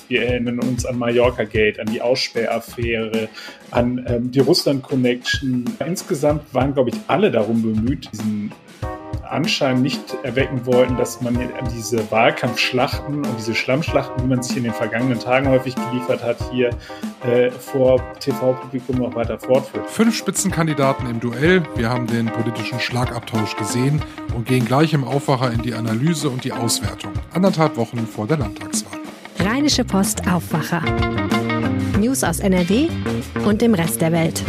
Wir erinnern uns an Mallorca Gate, an die Aussperraffäre, an die Russland-Connection. Insgesamt waren, glaube ich, alle darum bemüht, diesen Anschein nicht erwecken wollten, dass man diese Wahlkampfschlachten und diese Schlammschlachten, wie man sich in den vergangenen Tagen häufig geliefert hat, hier vor TV-Publikum noch weiter fortführt. 5 Spitzenkandidaten im Duell. Wir haben den politischen Schlagabtausch gesehen und gehen gleich im Aufwacher in die Analyse und die Auswertung. 1,5 Wochen vor der Landtagswahl. Rheinische Post Aufwacher. News aus NRW und dem Rest der Welt.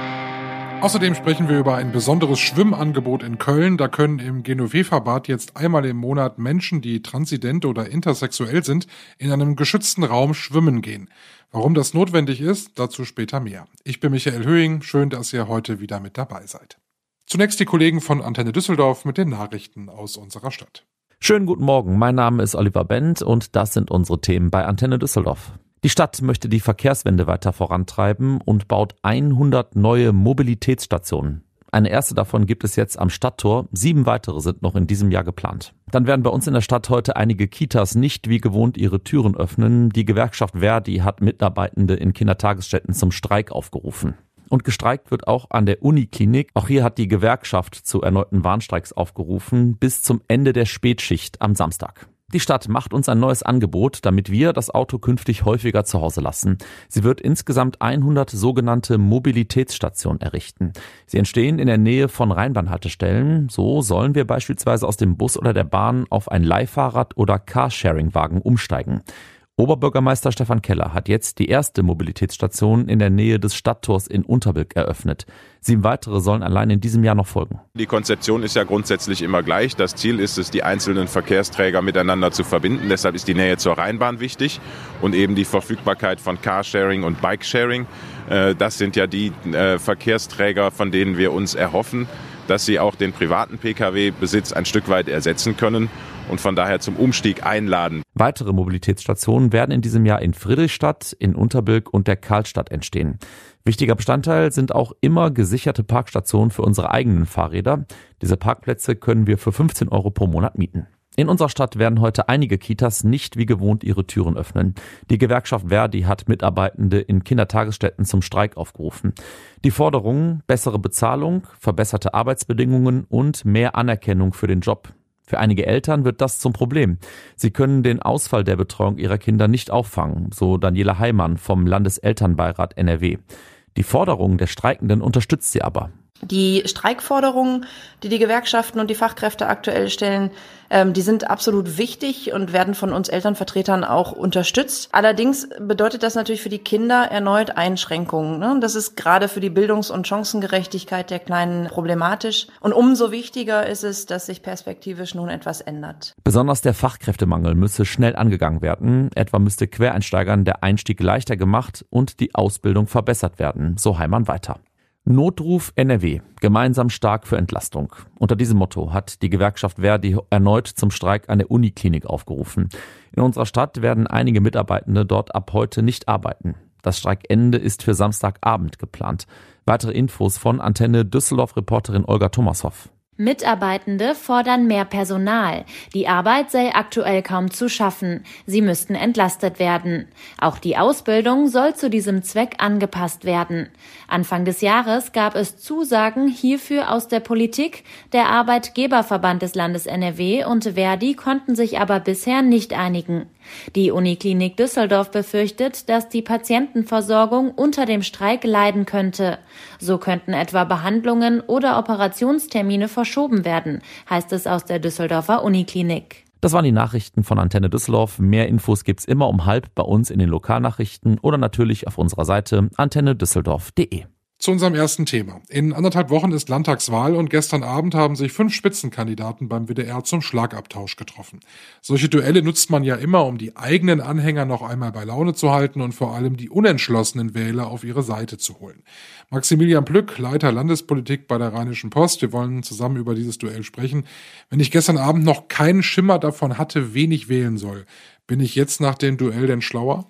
Außerdem sprechen wir über ein besonderes Schwimmangebot in Köln. Da können im Genoveva-Bad jetzt einmal im Monat Menschen, die transident oder intersexuell sind, in einem geschützten Raum schwimmen gehen. Warum das notwendig ist, dazu später mehr. Ich bin Michael Höhing, schön, dass ihr heute wieder mit dabei seid. Zunächst die Kollegen von Antenne Düsseldorf mit den Nachrichten aus unserer Stadt. Schönen guten Morgen, mein Name ist Oliver Bendt und das sind unsere Themen bei Antenne Düsseldorf. Die Stadt möchte die Verkehrswende weiter vorantreiben und baut 100 neue Mobilitätsstationen. Eine erste davon gibt es jetzt am Stadttor, 7 weitere sind noch in diesem Jahr geplant. Dann werden bei uns in der Stadt heute einige Kitas nicht wie gewohnt ihre Türen öffnen. Die Gewerkschaft ver.di hat Mitarbeitende in Kindertagesstätten zum Streik aufgerufen. Und gestreikt wird auch an der Uniklinik. Auch hier hat die Gewerkschaft zu erneuten Warnstreiks aufgerufen, bis zum Ende der Spätschicht am Samstag. Die Stadt macht uns ein neues Angebot, damit wir das Auto künftig häufiger zu Hause lassen. Sie wird insgesamt 100 sogenannte Mobilitätsstationen errichten. Sie entstehen in der Nähe von Rheinbahnhaltestellen. So sollen wir beispielsweise aus dem Bus oder der Bahn auf ein Leihfahrrad oder Carsharing-Wagen umsteigen. Oberbürgermeister Stefan Keller hat jetzt die erste Mobilitätsstation in der Nähe des Stadttors in Unterbilk eröffnet. 7 weitere sollen allein in diesem Jahr noch folgen. Die Konzeption ist ja grundsätzlich immer gleich. Das Ziel ist es, die einzelnen Verkehrsträger miteinander zu verbinden. Deshalb ist die Nähe zur Rheinbahn wichtig und eben die Verfügbarkeit von Carsharing und Bikesharing. Das sind ja die Verkehrsträger, von denen wir uns erhoffen, dass sie auch den privaten Pkw-Besitz ein Stück weit ersetzen können und von daher zum Umstieg einladen. Weitere Mobilitätsstationen werden in diesem Jahr in Friedrichstadt, in Unterbilk und der Karlstadt entstehen. Wichtiger Bestandteil sind auch immer gesicherte Parkstationen für unsere eigenen Fahrräder. Diese Parkplätze können wir für 15 € pro Monat mieten. In unserer Stadt werden heute einige Kitas nicht wie gewohnt ihre Türen öffnen. Die Gewerkschaft ver.di hat Mitarbeitende in Kindertagesstätten zum Streik aufgerufen. Die Forderungen: bessere Bezahlung, verbesserte Arbeitsbedingungen und mehr Anerkennung für den Job. Für einige Eltern wird das zum Problem. Sie können den Ausfall der Betreuung ihrer Kinder nicht auffangen, so Daniela Heimann vom Landeselternbeirat NRW. Die Forderungen der Streikenden unterstützt sie aber. Die Streikforderungen, die die Gewerkschaften und die Fachkräfte aktuell stellen, die sind absolut wichtig und werden von uns Elternvertretern auch unterstützt. Allerdings bedeutet das natürlich für die Kinder erneut Einschränkungen, ne? Das ist gerade für die Bildungs- und Chancengerechtigkeit der Kleinen problematisch. Und umso wichtiger ist es, dass sich perspektivisch nun etwas ändert. Besonders der Fachkräftemangel müsse schnell angegangen werden. Etwa müsste Quereinsteigern der Einstieg leichter gemacht und die Ausbildung verbessert werden, so Heimann weiter. Notruf NRW, gemeinsam stark für Entlastung. Unter diesem Motto hat die Gewerkschaft ver.di erneut zum Streik an der Uniklinik aufgerufen. In unserer Stadt werden einige Mitarbeitende dort ab heute nicht arbeiten. Das Streikende ist für Samstagabend geplant. Weitere Infos von Antenne Düsseldorf-Reporterin Olga Thomashoff. Mitarbeitende fordern mehr Personal. Die Arbeit sei aktuell kaum zu schaffen. Sie müssten entlastet werden. Auch die Ausbildung soll zu diesem Zweck angepasst werden. Anfang des Jahres gab es Zusagen hierfür aus der Politik. Der Arbeitgeberverband des Landes NRW und ver.di konnten sich aber bisher nicht einigen. Die Uniklinik Düsseldorf befürchtet, dass die Patientenversorgung unter dem Streik leiden könnte. So könnten etwa Behandlungen oder Operationstermine verschoben werden, heißt es aus der Düsseldorfer Uniklinik. Das waren die Nachrichten von Antenne Düsseldorf. Mehr Infos gibt's immer um 12:30 bei uns in den Lokalnachrichten oder natürlich auf unserer Seite antennedüsseldorf.de. Zu unserem ersten Thema. In 1,5 Wochen ist Landtagswahl und gestern Abend haben sich 5 Spitzenkandidaten beim WDR zum Schlagabtausch getroffen. Solche Duelle nutzt man ja immer, um die eigenen Anhänger noch einmal bei Laune zu halten und vor allem die unentschlossenen Wähler auf ihre Seite zu holen. Maximilian Plück, Leiter Landespolitik bei der Rheinischen Post. Wir wollen zusammen über dieses Duell sprechen. Wenn ich gestern Abend noch keinen Schimmer davon hatte, wen ich wählen soll, bin ich jetzt nach dem Duell denn schlauer?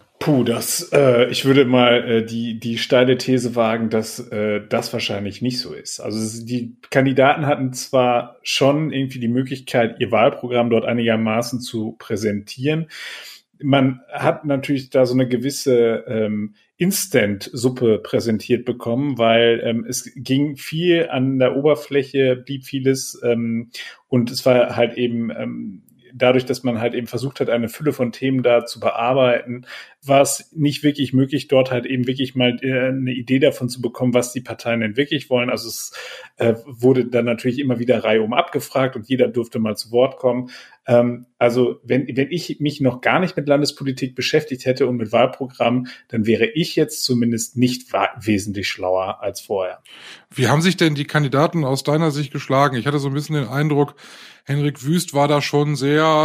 Ich würde mal die steile These wagen, dass das wahrscheinlich nicht so ist. Also die Kandidaten hatten zwar schon irgendwie die Möglichkeit, ihr Wahlprogramm dort einigermaßen zu präsentieren. man hat natürlich da so eine gewisse Instant-Suppe präsentiert bekommen, weil es ging viel an der Oberfläche, blieb vieles und es war halt eben dadurch, dass man halt eben versucht hat, eine Fülle von Themen da zu bearbeiten, war es nicht wirklich möglich, dort halt eben wirklich mal eine Idee davon zu bekommen, was die Parteien denn wirklich wollen. Also es wurde dann natürlich immer wieder reihum abgefragt und jeder durfte mal zu Wort kommen. Also wenn ich mich noch gar nicht mit Landespolitik beschäftigt hätte und mit Wahlprogrammen, dann wäre ich jetzt zumindest nicht wesentlich schlauer als vorher. Wie haben sich denn die Kandidaten aus deiner Sicht geschlagen? Ich hatte so ein bisschen den Eindruck, Henrik Wüst war da schon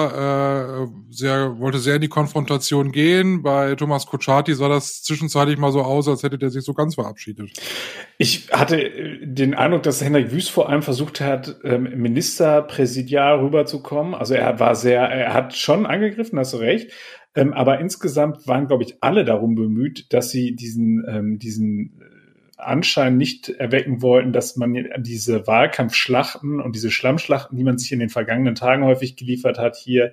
wollte sehr in die Konfrontation gehen. Bei Thomas Kutschaty sah das zwischenzeitlich mal so aus, als hätte der sich so ganz verabschiedet. Ich hatte den Eindruck, dass Henrik Wüst vor allem versucht hat, ministerpräsidial rüberzukommen. Also er hat schon angegriffen, hast du recht. Aber insgesamt waren, glaube ich, alle darum bemüht, dass sie diesen Anschein nicht erwecken wollten, dass man diese Wahlkampfschlachten und diese Schlammschlachten, die man sich in den vergangenen Tagen häufig geliefert hat, hier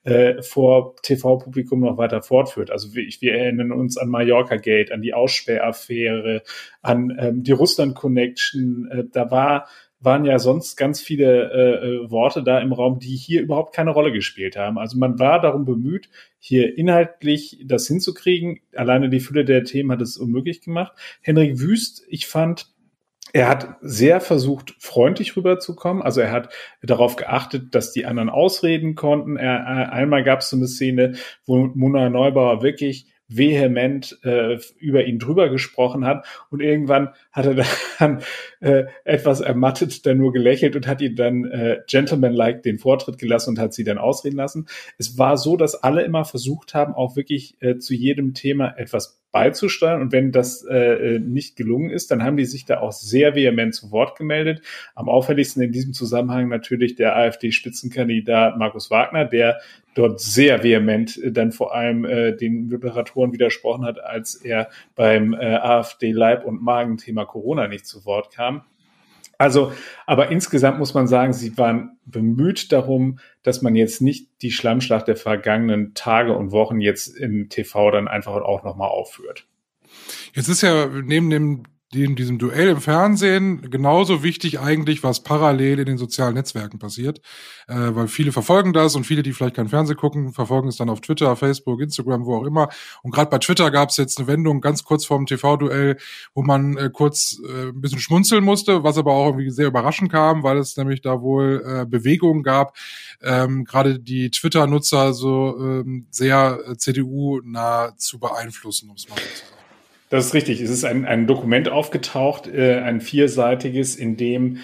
vor TV-Publikum noch weiter fortführt. Also wir erinnern uns an Mallorca Gate, an die Aussperraffäre, an die Russland Connection. Da waren ja sonst ganz viele Worte da im Raum, die hier überhaupt keine Rolle gespielt haben. Also man war darum bemüht, hier inhaltlich das hinzukriegen. Alleine die Fülle der Themen hat es unmöglich gemacht. Henrik Wüst, ich fand, er hat sehr versucht, freundlich rüberzukommen. Also er hat darauf geachtet, dass die anderen ausreden konnten. Einmal gab es so eine Szene, wo Mona Neubauer wirklich vehement über ihn drüber gesprochen hat und irgendwann hat er dann etwas ermattet dann nur gelächelt und hat ihr dann gentlemanlike den Vortritt gelassen und hat sie dann ausreden lassen. Es war so, dass alle immer versucht haben, auch wirklich zu jedem Thema etwas beizusteuern und wenn das nicht gelungen ist, dann haben die sich da auch sehr vehement zu Wort gemeldet. Am auffälligsten in diesem Zusammenhang natürlich der AfD-Spitzenkandidat Markus Wagner, der dort sehr vehement dann vor allem den Moderatoren widersprochen hat, als er beim AfD-Leib- und Magen-Thema Corona nicht zu Wort kam. Also, aber insgesamt muss man sagen, sie waren bemüht darum, dass man jetzt nicht die Schlammschlacht der vergangenen Tage und Wochen jetzt im TV dann einfach auch nochmal aufführt. Jetzt ist ja neben diesem Duell im Fernsehen genauso wichtig eigentlich, was parallel in den sozialen Netzwerken passiert, weil viele verfolgen das und viele, die vielleicht kein Fernsehen gucken, verfolgen es dann auf Twitter, Facebook, Instagram, wo auch immer. Und gerade bei Twitter gab es jetzt eine Wendung ganz kurz vorm TV-Duell, wo man kurz ein bisschen schmunzeln musste, was aber auch irgendwie sehr überraschend kam, weil es nämlich da wohl Bewegungen gab, gerade die Twitter-Nutzer so sehr CDU-nah zu beeinflussen, um es mal so zu sagen. Das ist richtig. Es ist ein Dokument aufgetaucht, ein vierseitiges, in dem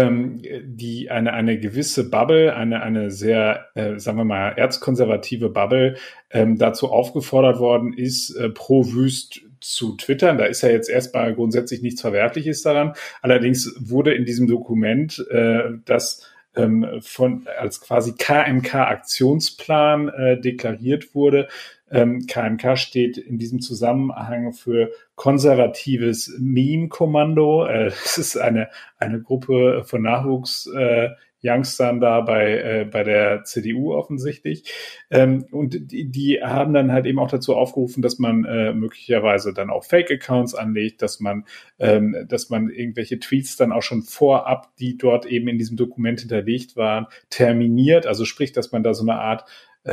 eine gewisse Bubble, eine sehr, sagen wir mal, erzkonservative Bubble dazu aufgefordert worden ist, pro Wüst zu twittern. Da ist ja jetzt erstmal grundsätzlich nichts Verwerfliches daran. Allerdings wurde in diesem Dokument das als quasi KMK-Aktionsplan deklariert wurde. KMK steht in diesem Zusammenhang für konservatives Meme-Kommando. Das ist eine Gruppe von Nachwuchs-Youngstern da bei der CDU offensichtlich. Und die haben dann halt eben auch dazu aufgerufen, dass man möglicherweise dann auch Fake-Accounts anlegt, dass man irgendwelche Tweets dann auch schon vorab, die dort eben in diesem Dokument hinterlegt waren, terminiert. Also sprich, dass man da so eine Art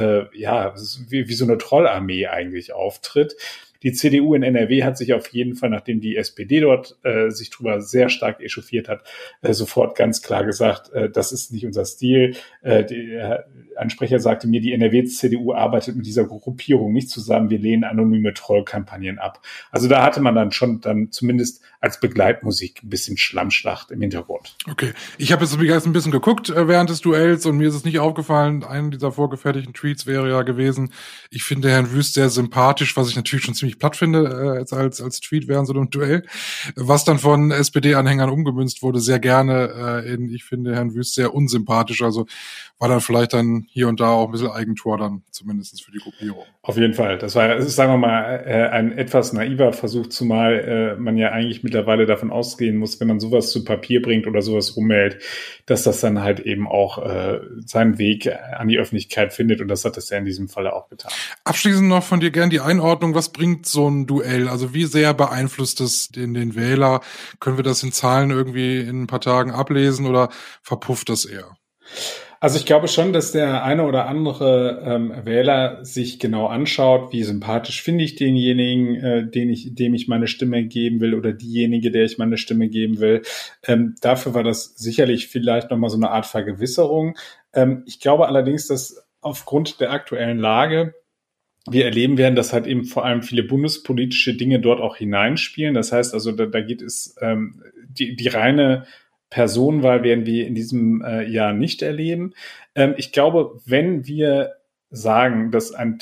wie so eine Trollarmee eigentlich auftritt. Die CDU in NRW hat sich auf jeden Fall, nachdem die SPD dort sich drüber sehr stark echauffiert hat, sofort ganz klar gesagt, das ist nicht unser Stil. Der Ansprecher sagte mir, die NRW-CDU arbeitet mit dieser Gruppierung nicht zusammen. Wir lehnen anonyme Trollkampagnen ab. Also da hatte man dann schon zumindest als Begleitmusik ein bisschen Schlammschlacht im Hintergrund. Okay, ich habe jetzt ein bisschen geguckt während des Duells und mir ist es nicht aufgefallen. Einer dieser vorgefertigten Tweets wäre ja gewesen, ich finde Herrn Wüst sehr sympathisch, was ich natürlich schon ziemlich ziemlich platt finde, jetzt als Tweet während so einem Duell, was dann von SPD-Anhängern umgemünzt wurde, sehr gerne ich finde Herrn Wüst sehr unsympathisch, also war dann vielleicht dann hier und da auch ein bisschen Eigentor dann zumindest für die Gruppierung. Auf jeden Fall. Das war, sagen wir mal, ein etwas naiver Versuch, zumal man ja eigentlich mittlerweile davon ausgehen muss, wenn man sowas zu Papier bringt oder sowas rumhält, dass das dann halt eben auch seinen Weg an die Öffentlichkeit findet, und das hat es ja in diesem Falle auch getan. Abschließend noch von dir gern die Einordnung, was bringt so ein Duell? Also wie sehr beeinflusst es den Wähler? Können wir das in Zahlen irgendwie in ein paar Tagen ablesen oder verpufft das eher? Also ich glaube schon, dass der eine oder andere Wähler sich genau anschaut, wie sympathisch finde ich denjenigen, dem ich meine Stimme geben will, oder diejenige, der ich meine Stimme geben will. Dafür war das sicherlich vielleicht nochmal so eine Art Vergewisserung. Ich glaube allerdings, dass aufgrund der aktuellen Lage wir erleben werden, dass halt eben vor allem viele bundespolitische Dinge dort auch hineinspielen. Das heißt also, da geht es die reine Personenwahl werden wir in diesem Jahr nicht erleben. Ich glaube, wenn wir sagen, dass ein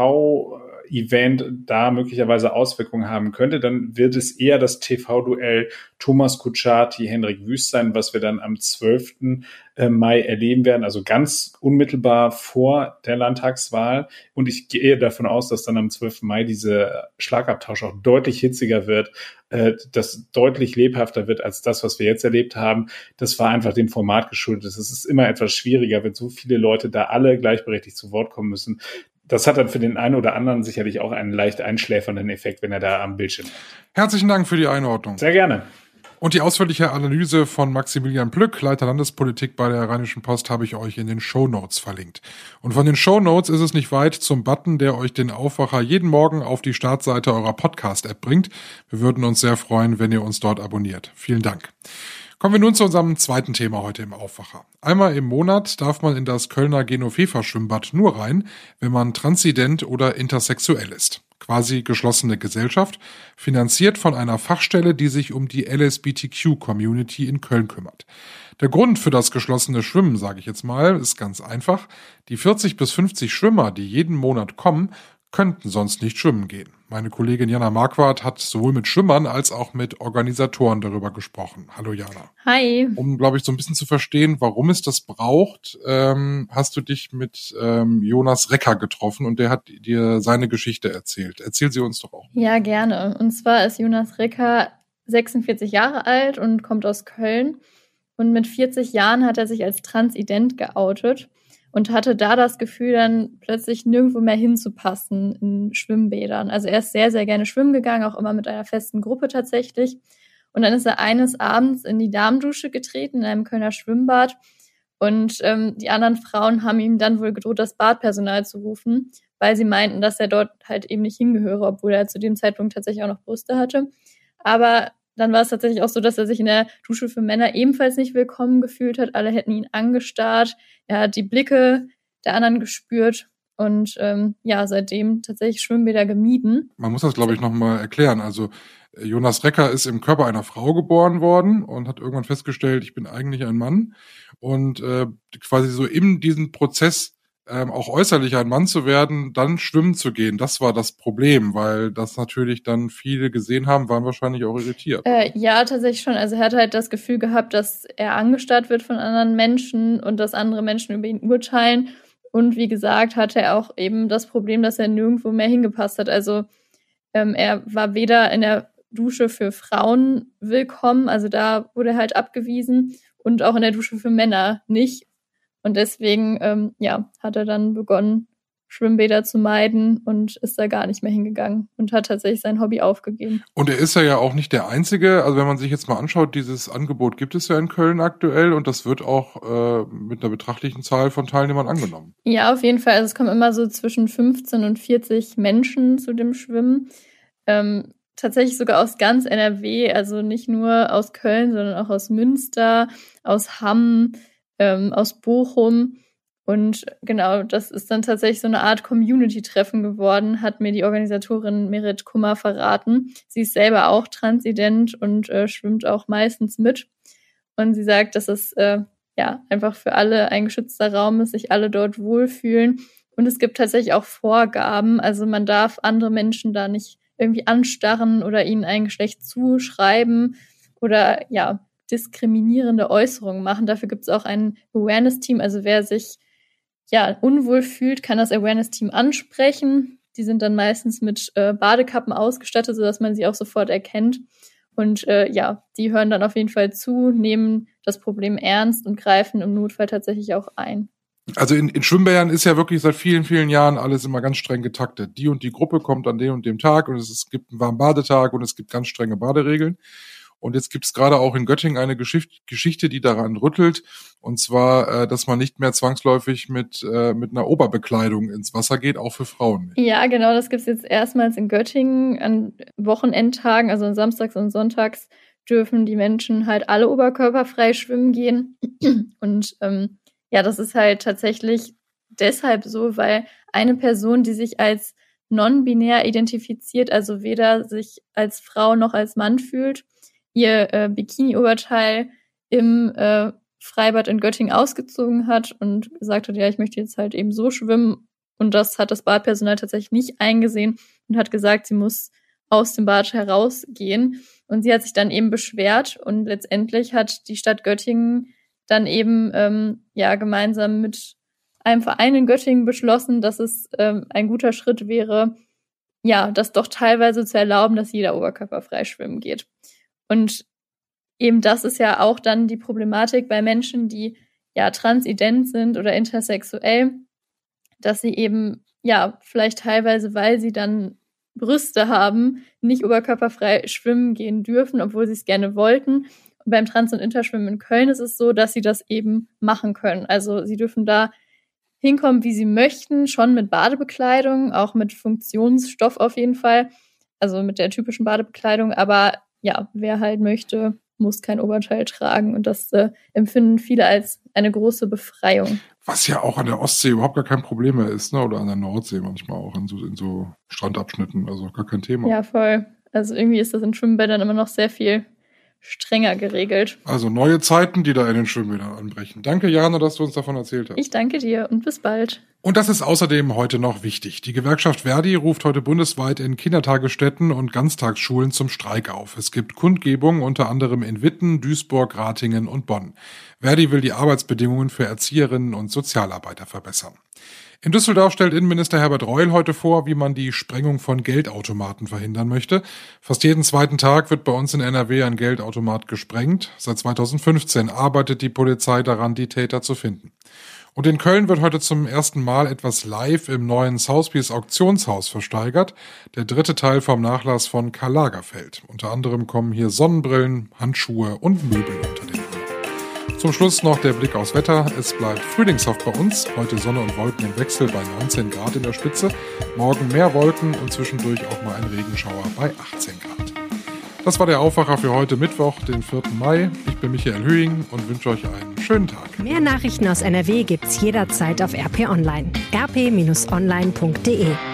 TV-Event da möglicherweise Auswirkungen haben könnte, dann wird es eher das TV-Duell Thomas Kutschaty, Hendrik Wüst sein, was wir dann am 12. Mai erleben werden, also ganz unmittelbar vor der Landtagswahl. Und ich gehe davon aus, dass dann am 12. Mai dieser Schlagabtausch auch deutlich hitziger wird, das deutlich lebhafter wird als das, was wir jetzt erlebt haben. Das war einfach dem Format geschuldet. Es ist immer etwas schwieriger, wenn so viele Leute da alle gleichberechtigt zu Wort kommen müssen. Das hat dann für den einen oder anderen sicherlich auch einen leicht einschläfernden Effekt, wenn er da am Bildschirm ist. Herzlichen Dank für die Einordnung. Sehr gerne. Und die ausführliche Analyse von Maximilian Plück, Leiter Landespolitik bei der Rheinischen Post, habe ich euch in den Shownotes verlinkt. Und von den Shownotes ist es nicht weit zum Button, der euch den Aufwacher jeden Morgen auf die Startseite eurer Podcast-App bringt. Wir würden uns sehr freuen, wenn ihr uns dort abonniert. Vielen Dank. Kommen wir nun zu unserem zweiten Thema heute im Aufwacher. Einmal im Monat darf man in das Kölner Genovefa-Schwimmbad nur rein, wenn man transident oder intersexuell ist. Quasi geschlossene Gesellschaft, finanziert von einer Fachstelle, die sich um die LSBTQ-Community in Köln kümmert. Der Grund für das geschlossene Schwimmen, sage ich jetzt mal, ist ganz einfach. Die 40 bis 50 Schwimmer, die jeden Monat kommen, könnten sonst nicht schwimmen gehen. Meine Kollegin Jana Marquardt hat sowohl mit Schwimmern als auch mit Organisatoren darüber gesprochen. Hallo Jana. Hi. Um, glaube ich, so ein bisschen zu verstehen, warum es das braucht, hast du dich mit Jonas Recker getroffen und der hat dir seine Geschichte erzählt. Erzähl sie uns doch auch. Ja, gerne. Und zwar ist Jonas Recker 46 Jahre alt und kommt aus Köln. Und mit 40 Jahren hat er sich als transident geoutet und hatte da das Gefühl, dann plötzlich nirgendwo mehr hinzupassen in Schwimmbädern. Also er ist sehr, sehr gerne schwimmen gegangen, auch immer mit einer festen Gruppe tatsächlich. Und dann ist er eines Abends in die Damendusche getreten, in einem Kölner Schwimmbad. Und die anderen Frauen haben ihm dann wohl gedroht, das Badpersonal zu rufen, weil sie meinten, dass er dort halt eben nicht hingehöre, obwohl er zu dem Zeitpunkt tatsächlich auch noch Brüste hatte. Aber dann war es tatsächlich auch so, dass er sich in der Dusche für Männer ebenfalls nicht willkommen gefühlt hat. Alle hätten ihn angestarrt. Er hat die Blicke der anderen gespürt und seitdem tatsächlich Schwimmbäder gemieden. Man muss das, glaube ich, nochmal erklären. Also Jonas Recker ist im Körper einer Frau geboren worden und hat irgendwann festgestellt, ich bin eigentlich ein Mann. Und quasi so in diesem Prozess auch äußerlich ein Mann zu werden, dann schwimmen zu gehen, das war das Problem, weil das natürlich dann viele gesehen haben, waren wahrscheinlich auch irritiert. Ja, tatsächlich schon. Also er hat halt das Gefühl gehabt, dass er angestarrt wird von anderen Menschen und dass andere Menschen über ihn urteilen. Und wie gesagt, hatte er auch eben das Problem, dass er nirgendwo mehr hingepasst hat. Also er war weder in der Dusche für Frauen willkommen, also da wurde er halt abgewiesen, und auch in der Dusche für Männer nicht. Und deswegen hat er dann begonnen, Schwimmbäder zu meiden und ist da gar nicht mehr hingegangen und hat tatsächlich sein Hobby aufgegeben. Und er ist ja auch nicht der Einzige. Also wenn man sich jetzt mal anschaut, dieses Angebot gibt es ja in Köln aktuell und das wird auch mit einer betrachtlichen Zahl von Teilnehmern angenommen. Ja, auf jeden Fall. Also es kommen immer so zwischen 15 und 40 Menschen zu dem Schwimmen. Tatsächlich sogar aus ganz NRW, also nicht nur aus Köln, sondern auch aus Münster, aus Hamm, aus Bochum. Und genau, das ist dann tatsächlich so eine Art Community-Treffen geworden, hat mir die Organisatorin Merit Kummer verraten. Sie ist selber auch transident und schwimmt auch meistens mit. Und sie sagt, dass es einfach für alle ein geschützter Raum ist, sich alle dort wohlfühlen. Und es gibt tatsächlich auch Vorgaben. Also man darf andere Menschen da nicht irgendwie anstarren oder ihnen ein Geschlecht zuschreiben oder ja, diskriminierende Äußerungen machen. Dafür gibt es auch ein Awareness-Team. Also wer sich ja unwohl fühlt, kann das Awareness-Team ansprechen. Die sind dann meistens mit Badekappen ausgestattet, sodass man sie auch sofort erkennt. Und die hören dann auf jeden Fall zu, nehmen das Problem ernst und greifen im Notfall tatsächlich auch ein. Also in Schwimmbädern ist ja wirklich seit vielen, vielen Jahren alles immer ganz streng getaktet. Die und die Gruppe kommt an dem und dem Tag und es gibt einen warmen Badetag und es gibt ganz strenge Baderegeln. Und jetzt gibt es gerade auch in Göttingen eine Geschichte, die daran rüttelt. Und zwar, dass man nicht mehr zwangsläufig mit einer Oberbekleidung ins Wasser geht, auch für Frauen nicht. Ja, genau, das gibt's jetzt erstmals in Göttingen an Wochenendtagen, also an Samstags und Sonntags dürfen die Menschen halt alle oberkörperfrei schwimmen gehen. Und das ist halt tatsächlich deshalb so, weil eine Person, die sich als non-binär identifiziert, also weder sich als Frau noch als Mann fühlt, ihr Bikini-Oberteil im Freibad in Göttingen ausgezogen hat und gesagt hat, ja, ich möchte jetzt halt eben so schwimmen. Und das hat das Badpersonal tatsächlich nicht eingesehen und hat gesagt, sie muss aus dem Bad herausgehen. Und sie hat sich dann eben beschwert und letztendlich hat die Stadt Göttingen dann eben gemeinsam mit einem Verein in Göttingen beschlossen, dass es ein guter Schritt wäre, ja, das doch teilweise zu erlauben, dass jeder oberkörperfrei schwimmen geht. Und eben das ist ja auch dann die Problematik bei Menschen, die ja transident sind oder intersexuell, dass sie eben ja vielleicht teilweise, weil sie dann Brüste haben, nicht oberkörperfrei schwimmen gehen dürfen, obwohl sie es gerne wollten. Und beim Trans- und Interschwimmen in Köln ist es so, dass sie das eben machen können. Also sie dürfen da hinkommen, wie sie möchten, schon mit Badebekleidung, auch mit Funktionsstoff auf jeden Fall, also mit der typischen Badebekleidung, aber ja, wer halt möchte, muss kein Oberteil tragen und das empfinden viele als eine große Befreiung. Was ja auch an der Ostsee überhaupt gar kein Problem mehr ist, ne? Oder an der Nordsee manchmal auch in so Strandabschnitten, also gar kein Thema. Ja, voll. Also irgendwie ist das in Schwimmbädern immer noch sehr viel strenger geregelt. Also neue Zeiten, die da in den Schwimmbädern anbrechen. Danke, Jana, dass du uns davon erzählt hast. Ich danke dir und bis bald. Und das ist außerdem heute noch wichtig. Die Gewerkschaft Verdi ruft heute bundesweit in Kindertagesstätten und Ganztagsschulen zum Streik auf. Es gibt Kundgebungen unter anderem in Witten, Duisburg, Ratingen und Bonn. Verdi will die Arbeitsbedingungen für Erzieherinnen und Sozialarbeiter verbessern. In Düsseldorf stellt Innenminister Herbert Reul heute vor, wie man die Sprengung von Geldautomaten verhindern möchte. Fast jeden zweiten Tag wird bei uns in NRW ein Geldautomat gesprengt. Seit 2015 arbeitet die Polizei daran, die Täter zu finden. Und in Köln wird heute zum ersten Mal etwas live im neuen Sotheby's Auktionshaus versteigert. Der dritte Teil vom Nachlass von Karl Lagerfeld. Unter anderem kommen hier Sonnenbrillen, Handschuhe und Möbel unter den Arm. Zum Schluss noch der Blick aufs Wetter. Es bleibt frühlingshaft bei uns. Heute Sonne und Wolken im Wechsel bei 19 Grad in der Spitze. Morgen mehr Wolken und zwischendurch auch mal ein Regenschauer bei 18 Grad. Das war der Aufwacher für heute Mittwoch, den 4. Mai. Ich bin Michael Höhing und wünsche euch einen schönen Tag. Mehr Nachrichten aus NRW gibt's jederzeit auf RP Online. rp-online.de